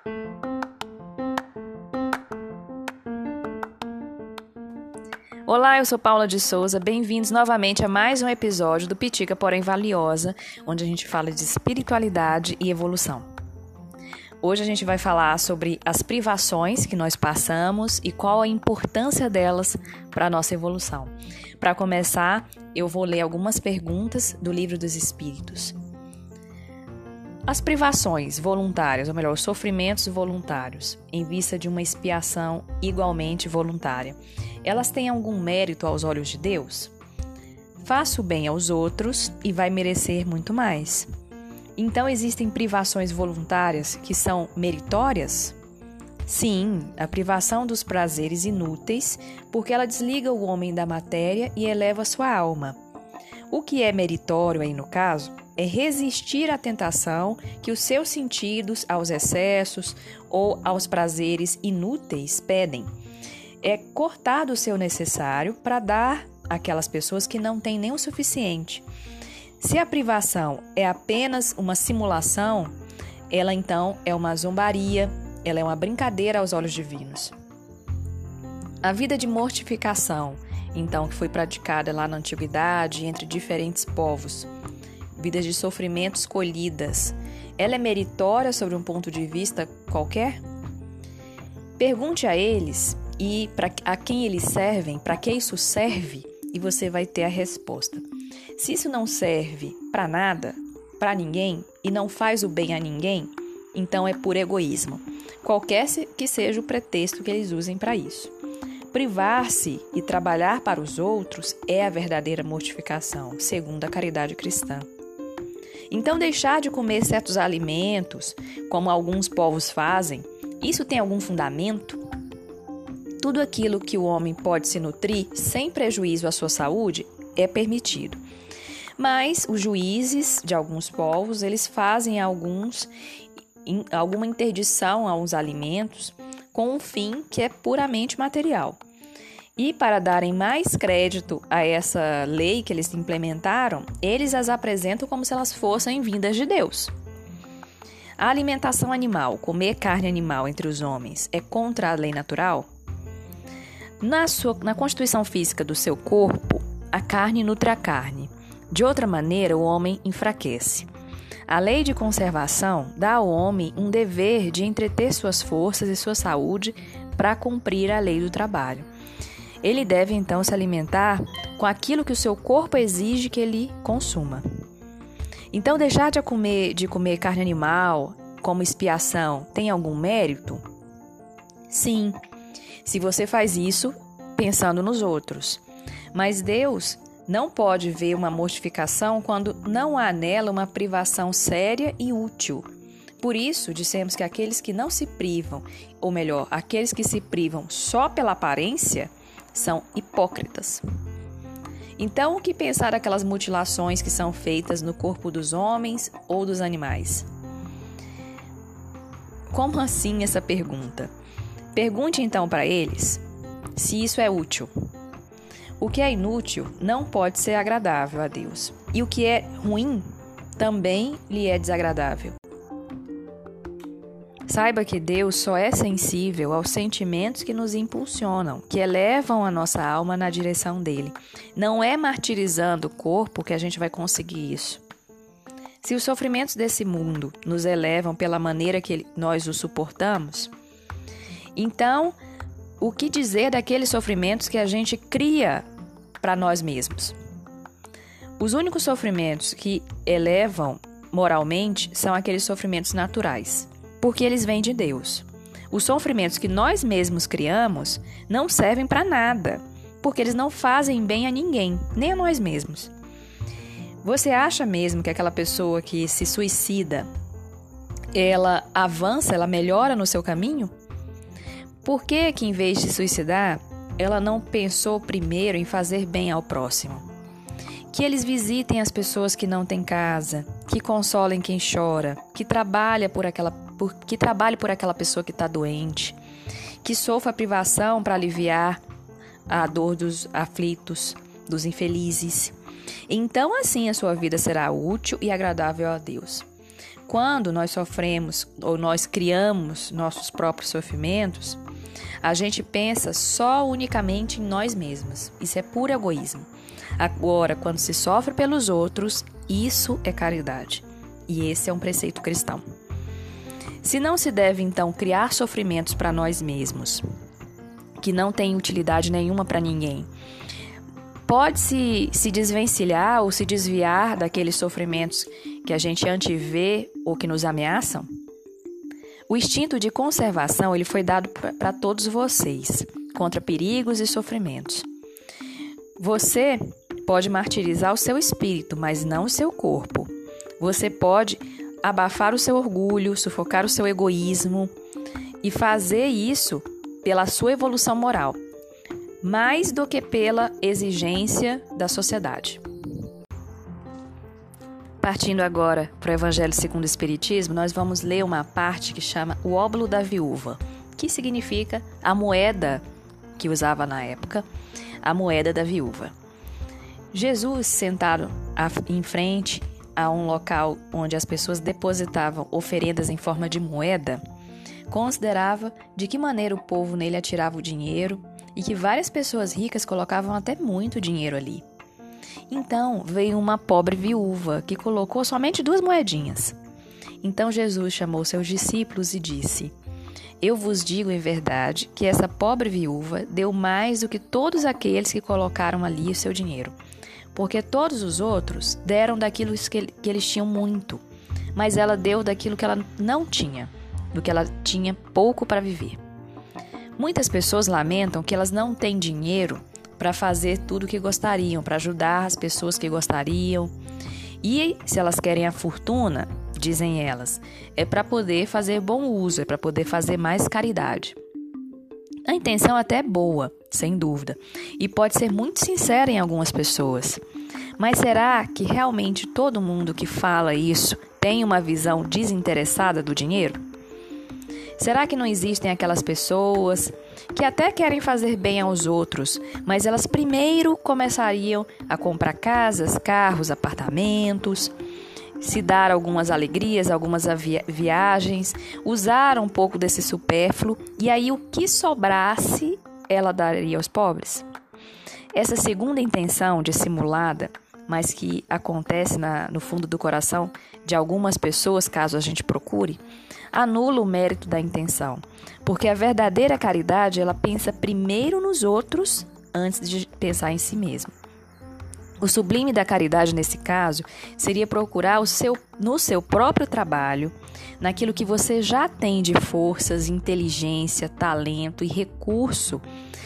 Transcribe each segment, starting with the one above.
Olá, eu sou Paula de Souza, bem-vindos novamente a mais um episódio do Pitica Porém Valiosa, onde a gente fala de espiritualidade e evolução. Hoje a gente vai falar sobre as privações que nós passamos e qual a importância delas para a nossa evolução. Para começar, eu vou ler algumas perguntas do Livro dos Espíritos. As privações voluntárias, ou melhor, os sofrimentos voluntários, em vista de uma expiação igualmente voluntária, elas têm algum mérito aos olhos de Deus? Faça o bem aos outros e vai merecer muito mais. Então, existem privações voluntárias que são meritórias? Sim, a privação dos prazeres inúteis, porque ela desliga o homem da matéria e eleva sua alma. O que é meritório aí no caso é resistir à tentação que os seus sentidos aos excessos ou aos prazeres inúteis pedem. É cortar do seu necessário para dar àquelas pessoas que não têm nem o suficiente. Se a privação é apenas uma simulação, ela então é uma zombaria, ela é uma brincadeira aos olhos divinos. A vida de mortificação, então, que foi praticada lá na antiguidade entre diferentes povos, vidas de sofrimento escolhidas, ela é meritória sobre um ponto de vista qualquer? Pergunte a eles e a quem eles servem, para que isso serve, e você vai ter a resposta. Se isso não serve para nada, para ninguém, e não faz o bem a ninguém, então é por egoísmo, qualquer que seja o pretexto que eles usem para isso. Privar-se e trabalhar para os outros é a verdadeira mortificação, segundo a caridade cristã. Então, deixar de comer certos alimentos, como alguns povos fazem, isso tem algum fundamento? Tudo aquilo que o homem pode se nutrir sem prejuízo à sua saúde é permitido. Mas os juízes de alguns povos, eles fazem alguma interdição aos alimentos com um fim que é puramente material. E para darem mais crédito a essa lei que eles implementaram, eles as apresentam como se elas fossem vindas de Deus. A alimentação animal, comer carne animal entre os homens, é contra a lei natural? Na constituição física do seu corpo, a carne nutre a carne. De outra maneira, o homem enfraquece. A lei de conservação dá ao homem um dever de entreter suas forças e sua saúde para cumprir a lei do trabalho. Ele deve, então, se alimentar com aquilo que o seu corpo exige que ele consuma. Então, deixar de comer carne animal como expiação tem algum mérito? Sim, se você faz isso pensando nos outros. Mas Deus não pode ver uma mortificação quando não há nela uma privação séria e útil. Por isso, dissemos que aqueles que não se privam, ou melhor, aqueles que se privam só pela aparência, são hipócritas. Então, o que pensar daquelas mutilações que são feitas no corpo dos homens ou dos animais? Como assim essa pergunta? Pergunte então para eles se isso é útil. O que é inútil não pode ser agradável a Deus. E o que é ruim também lhe é desagradável. Saiba que Deus só é sensível aos sentimentos que nos impulsionam, que elevam a nossa alma na direção dele. Não é martirizando o corpo que a gente vai conseguir isso. Se os sofrimentos desse mundo nos elevam pela maneira que nós os suportamos, então, o que dizer daqueles sofrimentos que a gente cria para nós mesmos? Os únicos sofrimentos que elevam moralmente são aqueles sofrimentos naturais, porque eles vêm de Deus. Os sofrimentos que nós mesmos criamos não servem para nada, porque eles não fazem bem a ninguém, nem a nós mesmos. Você acha mesmo que aquela pessoa que se suicida, ela avança, ela melhora no seu caminho? Por que em vez de suicidar, ela não pensou primeiro em fazer bem ao próximo? Que eles visitem as pessoas que não têm casa, que consolem quem chora, que trabalhe por aquela pessoa que está doente, que sofra a privação para aliviar a dor dos aflitos, dos infelizes. Então, assim, a sua vida será útil e agradável a Deus. Quando nós sofremos ou nós criamos nossos próprios sofrimentos, a gente pensa só unicamente em nós mesmos. Isso é puro egoísmo. Agora, quando se sofre pelos outros, isso é caridade. E esse é um preceito cristão. Se não se deve, então, criar sofrimentos para nós mesmos, que não têm utilidade nenhuma para ninguém, pode-se se desvencilhar ou se desviar daqueles sofrimentos que a gente antevê ou que nos ameaçam? O instinto de conservação ele foi dado para todos vocês, contra perigos e sofrimentos. Você pode martirizar o seu espírito, mas não o seu corpo. Você pode abafar o seu orgulho, sufocar o seu egoísmo e fazer isso pela sua evolução moral, mais do que pela exigência da sociedade. Partindo agora para o Evangelho segundo o Espiritismo, nós vamos ler uma parte que chama o óbolo da viúva, que significa a moeda que usava na época, a moeda da viúva. Jesus, sentado em frente a um local onde as pessoas depositavam oferendas em forma de moeda, considerava de que maneira o povo nele atirava o dinheiro e que várias pessoas ricas colocavam até muito dinheiro ali. Então veio uma pobre viúva que colocou somente 2 moedinhas. Então Jesus chamou seus discípulos e disse: Eu vos digo em verdade que essa pobre viúva deu mais do que todos aqueles que colocaram ali o seu dinheiro. Porque todos os outros deram daquilo que eles tinham muito, mas ela deu daquilo que ela não tinha, do que ela tinha pouco para viver. Muitas pessoas lamentam que elas não têm dinheiro para fazer tudo o que gostariam, para ajudar as pessoas que gostariam. E se elas querem a fortuna, dizem elas, é para poder fazer bom uso, é para poder fazer mais caridade. A intenção até é boa, sem dúvida, e pode ser muito sincera em algumas pessoas. Mas será que realmente todo mundo que fala isso tem uma visão desinteressada do dinheiro? Será que não existem aquelas pessoas que até querem fazer bem aos outros, mas elas primeiro começariam a comprar casas, carros, apartamentos, se dar algumas alegrias, algumas viagens, usar um pouco desse supérfluo e aí o que sobrasse ela daria aos pobres? Essa segunda intenção dissimulada, mas que acontece no fundo do coração de algumas pessoas, caso a gente procure, anula o mérito da intenção, porque a verdadeira caridade ela pensa primeiro nos outros antes de pensar em si mesmo. O sublime da caridade, nesse caso, seria procurar no seu próprio trabalho, naquilo que você já tem de forças, inteligência, talento e recurso,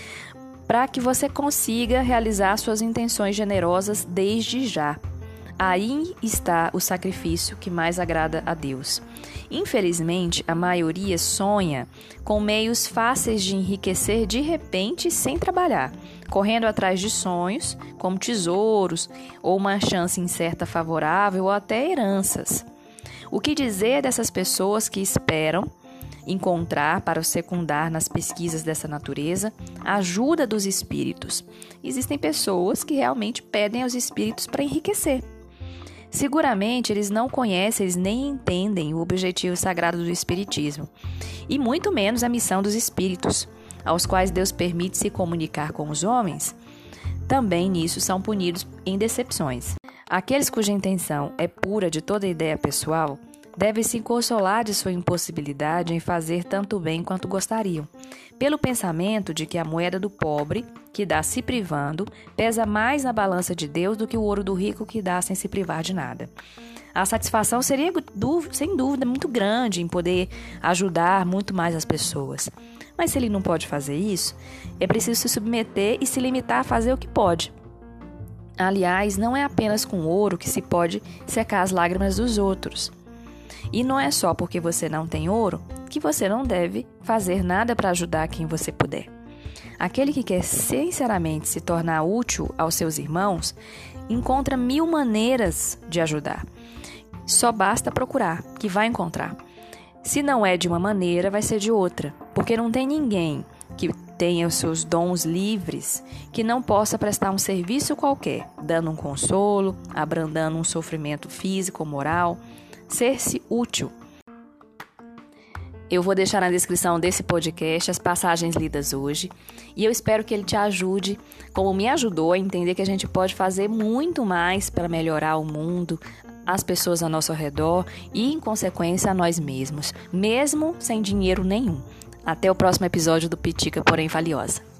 para que você consiga realizar suas intenções generosas desde já. Aí está o sacrifício que mais agrada a Deus. Infelizmente, a maioria sonha com meios fáceis de enriquecer de repente sem trabalhar, correndo atrás de sonhos, como tesouros, ou uma chance incerta favorável, ou até heranças. O que dizer dessas pessoas que esperam encontrar, para o secundar nas pesquisas dessa natureza, a ajuda dos espíritos? Existem pessoas que realmente pedem aos espíritos para enriquecer. Seguramente eles não conhecem, eles nem entendem o objetivo sagrado do Espiritismo, e muito menos a missão dos espíritos, aos quais Deus permite se comunicar com os homens. Também nisso são punidos em decepções. Aqueles cuja intenção é pura de toda ideia pessoal devem se consolar de sua impossibilidade em fazer tanto bem quanto gostariam, pelo pensamento de que a moeda do pobre, que dá se privando, pesa mais na balança de Deus do que o ouro do rico que dá sem se privar de nada. A satisfação seria, sem dúvida, muito grande em poder ajudar muito mais as pessoas. Mas se ele não pode fazer isso, é preciso se submeter e se limitar a fazer o que pode. Aliás, não é apenas com ouro que se pode secar as lágrimas dos outros. E não é só porque você não tem ouro que você não deve fazer nada para ajudar quem você puder. Aquele que quer sinceramente se tornar útil aos seus irmãos encontra 1000 maneiras de ajudar. Só basta procurar, que vai encontrar. Se não é de uma maneira, vai ser de outra, porque não tem ninguém que tenha os seus dons livres que não possa prestar um serviço qualquer, dando um consolo, abrandando um sofrimento físico ou moral. ser-se útil. Eu vou deixar na descrição desse podcast as passagens lidas hoje e eu espero que ele te ajude, como me ajudou, a entender que a gente pode fazer muito mais para melhorar o mundo, as pessoas ao nosso redor e, em consequência, a nós mesmos, mesmo sem dinheiro nenhum. Até o próximo episódio do Pitica, porém Valiosa.